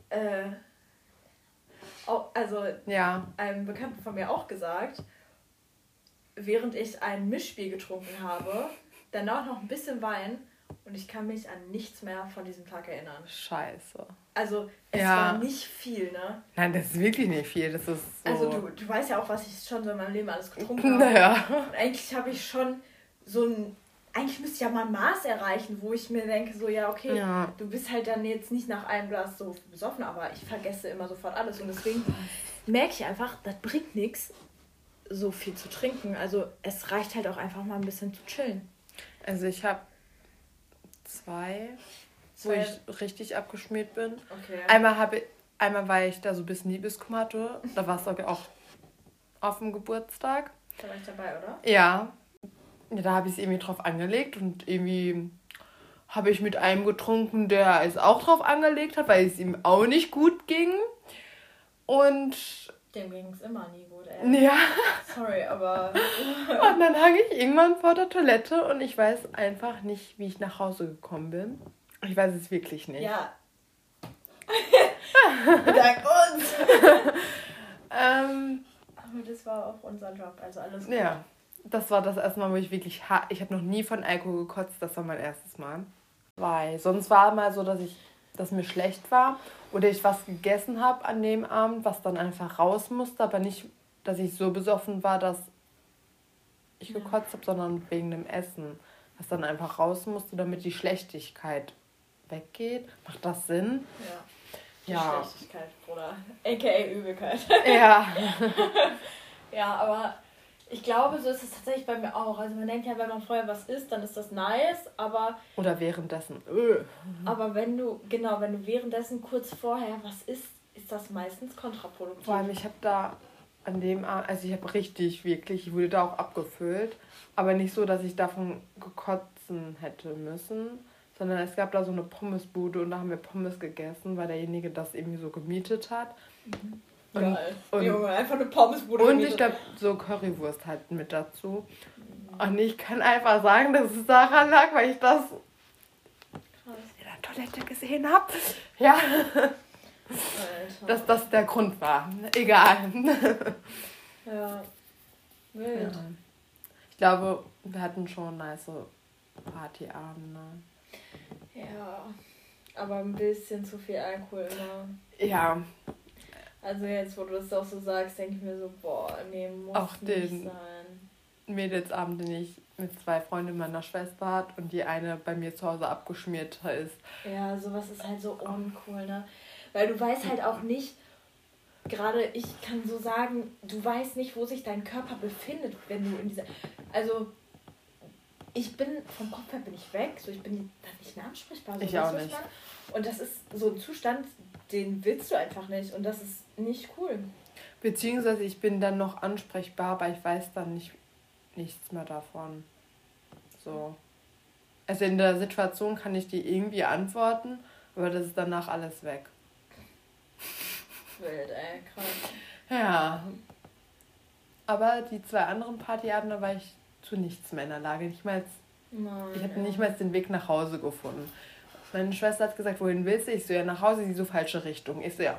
einem Bekannten von mir auch gesagt, während ich ein Mischbier getrunken habe, danach noch ein bisschen Wein und ich kann mich an nichts mehr von diesem Tag erinnern. Scheiße. Also es war nicht viel, ne? Nein, das ist wirklich nicht viel. Das ist so... Also du weißt ja auch, was ich schon so in meinem Leben alles getrunken habe. Naja. Und eigentlich habe ich schon eigentlich müsste ich ja mal ein Maß erreichen, wo ich mir denke, so ja, okay, du bist halt dann jetzt nicht nach einem Glas so besoffen, aber ich vergesse immer sofort alles. Und deswegen merke ich einfach, das bringt nichts, so viel zu trinken. Also es reicht halt auch einfach mal ein bisschen zu chillen. Also ich habe 2, wo ich richtig abgeschmiert bin. Okay. Einmal war ich da so ein bisschen Liebeskummer hatte. Da war es auch auf dem Geburtstag. Da war ich dabei, oder? Ja. Da habe ich es irgendwie drauf angelegt und irgendwie habe ich mit einem getrunken, der es auch drauf angelegt hat, weil es ihm auch nicht gut ging. Und dem ging es immer nie gut, ey. Ja. Sorry, aber... Und dann hang ich irgendwann vor der Toilette und ich weiß einfach nicht, wie ich nach Hause gekommen bin. Ich weiß es wirklich nicht. Ja. Dank uns! Aber das war auch unser Job, also alles gut. Ja, das war das erste Mal, wo ich wirklich... Ich habe noch nie von Alkohol gekotzt, das war mein erstes Mal. Weil sonst war mal so, dass mir schlecht war oder ich was gegessen habe an dem Abend, was dann einfach raus musste, aber nicht, dass ich so besoffen war, dass ich gekotzt habe, sondern wegen dem Essen, was dann einfach raus musste, damit die Schlechtigkeit weggeht. Macht das Sinn? Ja. Schlechtigkeit, Bruder. A.k.a. Übelkeit. Ja. Ja, aber ich glaube, so ist es tatsächlich bei mir auch. Also man denkt ja, wenn man vorher was isst, dann ist das nice, aber... Oder währenddessen. Aber wenn du währenddessen kurz vorher was isst, ist das meistens kontraproduktiv. Vor allem, ich habe da an dem Abend, also ich habe richtig, wirklich, ich wurde da auch abgefüllt, aber nicht so, dass ich davon gekotzen hätte müssen, sondern es gab da so eine Pommesbude und da haben wir Pommes gegessen, weil derjenige das irgendwie so gemietet hat. Geil. Junge, einfach eine Pommesbude und ich glaube, so Currywurst halt mit dazu. Und ich kann einfach sagen, dass es daran lag, weil ich das in der Toilette gesehen habe. Ja. Alter. Dass das der Grund war. Egal. Ja. Wild. Ja. Ich glaube, wir hatten schon nice Partyabende. Ja. Aber ein bisschen zu viel Alkohol immer. Ja. Also jetzt, wo du das auch so sagst, denke ich mir so, boah, nee, muss auch nicht den sein. Mädelsabend, den ich mit 2 Freundinnen meiner Schwester hatte und die eine bei mir zu Hause abgeschmiert ist. Ja, sowas ist halt so uncool, ne? Weil du weißt halt auch nicht, gerade ich kann so sagen, du weißt nicht, wo sich dein Körper befindet, wenn du in dieser... Also, ich bin, vom Kopf her bin ich weg, so ich bin dann nicht mehr ansprechbar. So, ich auch nicht. Und das ist so ein Zustand, den willst du einfach nicht und das ist nicht cool. Beziehungsweise ich bin dann noch ansprechbar, aber ich weiß dann nichts mehr davon. So. Also in der Situation kann ich die irgendwie antworten, aber das ist danach alles weg. Wild, ey, krass. Ja. Aber die 2 anderen Partyabende war ich zu nichts mehr in der Lage. Ich habe nicht mal den Weg nach Hause gefunden. Meine Schwester hat gesagt, wohin willst du? Ich so, ja, nach Hause, sie so, falsche Richtung. Ich so, ja.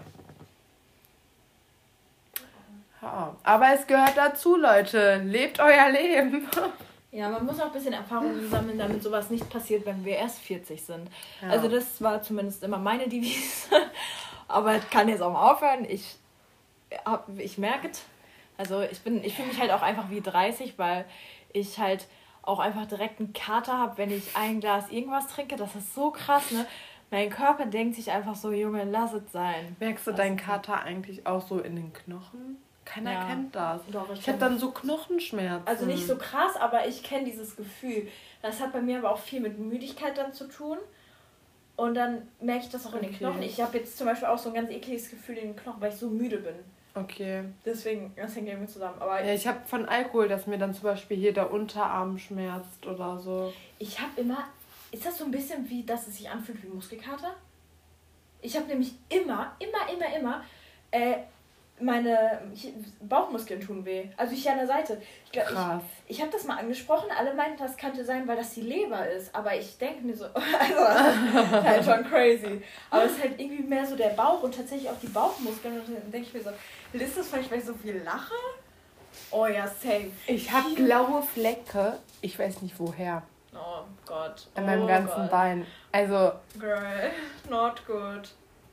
Ja. Aber es gehört dazu, Leute. Lebt euer Leben. Ja, man muss auch ein bisschen Erfahrung sammeln, damit sowas nicht passiert, wenn wir erst 40 sind. Ja. Also das war zumindest immer meine Devise. Aber ich kann jetzt auch mal aufhören. Ich merke es. Also ich fühle mich halt auch einfach wie 30, weil ich halt auch einfach direkt einen Kater habe, wenn ich ein Glas irgendwas trinke. Das ist so krass, ne? Mein Körper denkt sich einfach so, Junge, lass es sein. Merkst du deinen Kater eigentlich auch so in den Knochen? Keiner kennt das. Doch, ich habe dann so Knochenschmerzen. Also nicht so krass, aber ich kenne dieses Gefühl. Das hat bei mir aber auch viel mit Müdigkeit dann zu tun. Und dann merke ich das auch in den Knochen. Ich habe jetzt zum Beispiel auch so ein ganz ekliges Gefühl in den Knochen, weil ich so müde bin. Okay. Deswegen, das hängt irgendwie zusammen. Aber ja, ich habe von Alkohol, dass mir dann zum Beispiel hier der Unterarm schmerzt oder so. Ich habe immer... Ist das so ein bisschen wie, dass es sich anfühlt wie Muskelkater? Ich habe nämlich immer meine Bauchmuskeln tun weh. Also hier an der Seite. Ich habe das mal angesprochen. Alle meinten, das könnte sein, weil das die Leber ist. Aber ich denke mir so, also das ist halt schon crazy. Aber es ist halt irgendwie mehr so der Bauch und tatsächlich auch die Bauchmuskeln. Und dann denke ich mir so, ist das vielleicht, weil ich so viel lache? Oh ja, safe. Ich habe blaue Flecke. Ich weiß nicht woher. Oh Gott. An meinem ganzen Bein. Also... Girl, not good.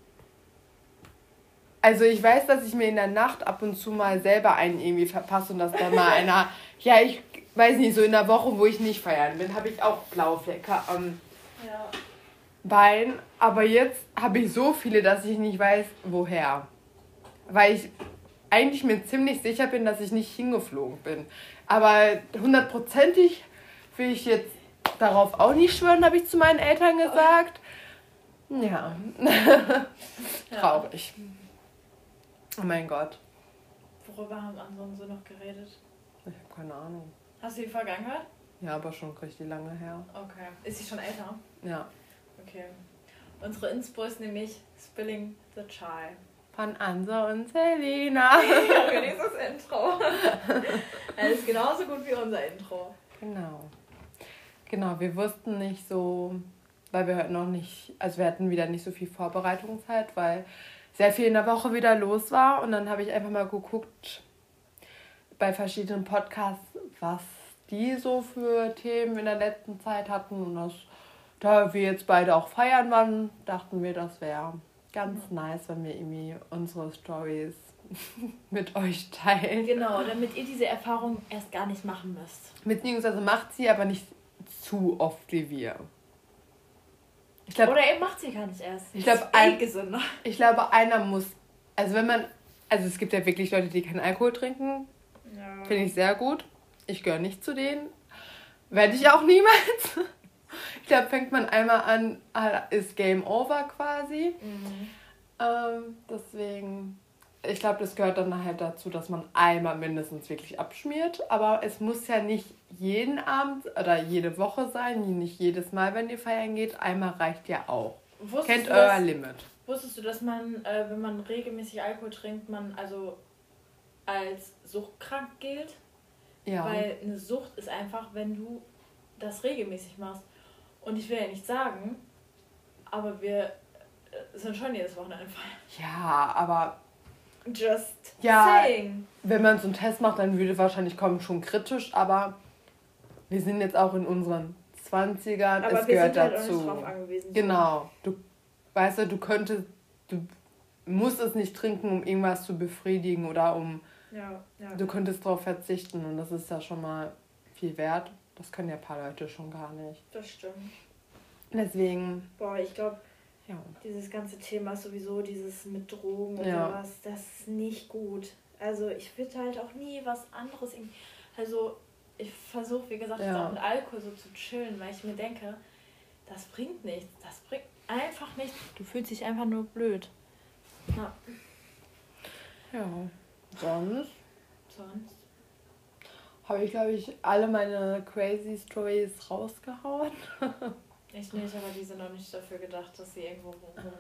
Also ich weiß, dass ich mir in der Nacht ab und zu mal selber einen irgendwie verpasse und dass da mal einer... Ja, ich weiß nicht, so in der Woche, wo ich nicht feiern bin, habe ich auch blaue Flecke am Bein. Aber jetzt habe ich so viele, dass ich nicht weiß, woher. Weil ich eigentlich mir ziemlich sicher bin, dass ich nicht hingeflogen bin. Aber 100%ig will ich jetzt darauf auch nicht schwören, habe ich zu meinen Eltern gesagt. Ja. Traurig. Oh mein Gott. Worüber haben ansonsten so noch geredet? Ich habe keine Ahnung. Hast du die Folge angehört? Ja, aber schon richtig lange her. Okay. Ist sie schon älter? Ja. Okay. Unsere Inspo ist nämlich Spilling the Chai. Von Ansa und Selina. Ja, dieses Intro. Das ist genauso gut wie unser Intro. Genau, wir wussten nicht so, weil wir heute noch nicht, also wir hatten wieder nicht so viel Vorbereitungszeit, weil sehr viel in der Woche wieder los war. Und dann habe ich einfach mal geguckt bei verschiedenen Podcasts, was die so für Themen in der letzten Zeit hatten. Und da wir jetzt beide auch feiern waren, dachten wir, das wäre ganz nice, wenn wir irgendwie unsere Storys mit euch teilen. Genau, damit ihr diese Erfahrung erst gar nicht machen müsst. Beziehungsweise macht sie aber nicht zu oft wie wir. Oder eben macht sie gar nicht erst. Ich glaube, einer muss, also es gibt ja wirklich Leute, die keinen Alkohol trinken. Ja. Finde ich sehr gut. Ich gehöre nicht zu denen. Werde ich auch niemals. Ich glaube, fängt man einmal an, ist Game Over quasi. Deswegen, ich glaube, das gehört dann halt dazu, dass man einmal mindestens wirklich abschmiert. Aber es muss ja nicht jeden Abend oder jede Woche sein, nicht jedes Mal, wenn ihr feiern geht. Einmal reicht ja auch. Kennt euer Limit. Wusstest du, dass man, wenn man regelmäßig Alkohol trinkt, man also als suchtkrank gilt? Ja. Weil eine Sucht ist einfach, wenn du das regelmäßig machst. Und ich will ja nicht sagen, aber wir sind schon jedes Wochenende feiern. Ja, aber just saying. Wenn man so einen Test macht, dann würde wahrscheinlich kommen schon kritisch, aber wir sind jetzt auch in unseren 20ern, aber es gehört dazu. Halt auch nicht drauf angewiesen. Genau. Du musst es nicht trinken, um irgendwas zu befriedigen oder du könntest darauf verzichten und das ist ja schon mal viel wert. Das können ja ein paar Leute schon gar nicht. Das stimmt. Deswegen. Boah, ich glaube, dieses ganze Thema sowieso, dieses mit Drogen und sowas, das ist nicht gut. Also ich würde halt auch nie was anderes. Also ich versuche, wie gesagt, auch mit Alkohol so zu chillen, weil ich mir denke, das bringt nichts. Das bringt einfach nichts. Du fühlst dich einfach nur blöd. Ja. Sonst habe ich, glaube ich, alle meine crazy Stories rausgehauen. Ich nicht, aber die sind noch nicht dafür gedacht, dass sie irgendwo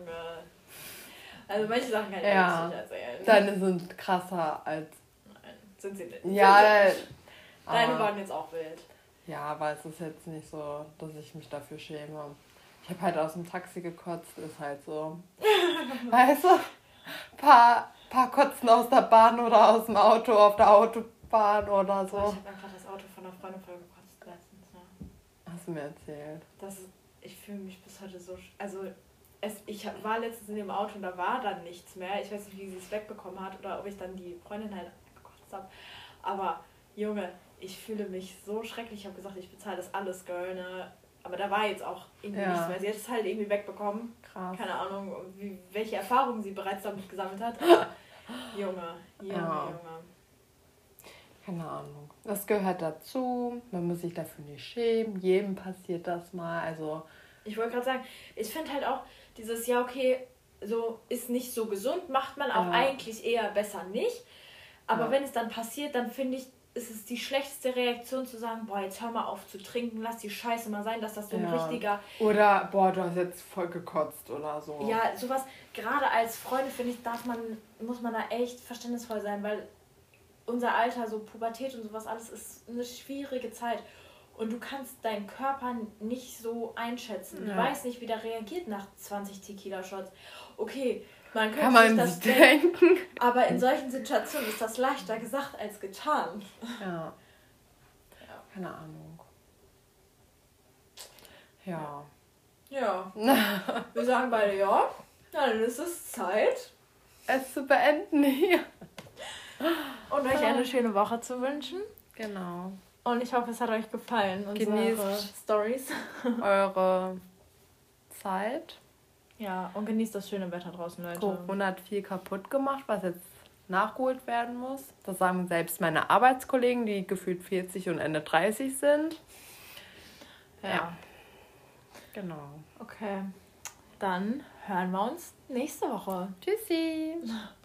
Also manche Sachen kann ich nicht erzählen. Deine sind krasser als... Nein, sind sie nicht. Ja, deine waren jetzt auch wild. Ja, aber es ist jetzt nicht so, dass ich mich dafür schäme. Ich habe halt aus dem Taxi gekotzt, ist halt so. Weißt du? Paar Kotzen aus der Bahn oder aus dem Auto, auf der Autobahn oder so. Ich habe einfach das Auto von einer Freundin voll gekotzt letztens. Ne? Hast du mir erzählt? Ich fühle mich bis heute so... Also, ich war letztens in dem Auto und da war dann nichts mehr. Ich weiß nicht, wie sie es wegbekommen hat oder ob ich dann die Freundin halt gekotzt habe. Aber, Junge, ich fühle mich so schrecklich. Ich habe gesagt, ich bezahle das alles, Girl, ne? Aber da war jetzt auch irgendwie nichts mehr. Sie hat es halt irgendwie wegbekommen. Krass. Keine Ahnung, welche Erfahrungen sie bereits damit gesammelt hat. Aber Junge. Keine Ahnung. Das gehört dazu. Man muss sich dafür nicht schämen. Jedem passiert das mal. Also ich wollte gerade sagen, ich finde halt auch dieses, so ist nicht so gesund, macht man auch eigentlich eher besser nicht. Aber wenn es dann passiert, dann finde ich, ist es die schlechteste Reaktion zu sagen, boah, jetzt hör mal auf zu trinken, lass die Scheiße mal sein, dass das so ein richtiger... Oder, boah, du hast jetzt voll gekotzt oder so. Ja, sowas, gerade als Freunde, finde ich, muss man da echt verständnisvoll sein, weil unser Alter, so Pubertät und sowas alles, ist eine schwierige Zeit. Und du kannst deinen Körper nicht so einschätzen. Du weißt nicht, wie der reagiert nach 20 Tequila-Shots. Okay, man könnte sich das denken. Aber in solchen Situationen ist das leichter gesagt als getan. Ja. Keine Ahnung. Ja. Wir sagen beide ja. Dann ist es Zeit, es zu beenden hier. Und euch eine schöne Woche zu wünschen. Genau. Und ich hoffe, es hat euch gefallen. Genießt Stories. Eure Zeit. Ja, und genießt das schöne Wetter draußen, Leute. Corona hat viel kaputt gemacht, was jetzt nachgeholt werden muss. Das sagen selbst meine Arbeitskollegen, die gefühlt 40 und Ende 30 sind. Ja. Genau. Okay. Dann hören wir uns nächste Woche. Tschüssi.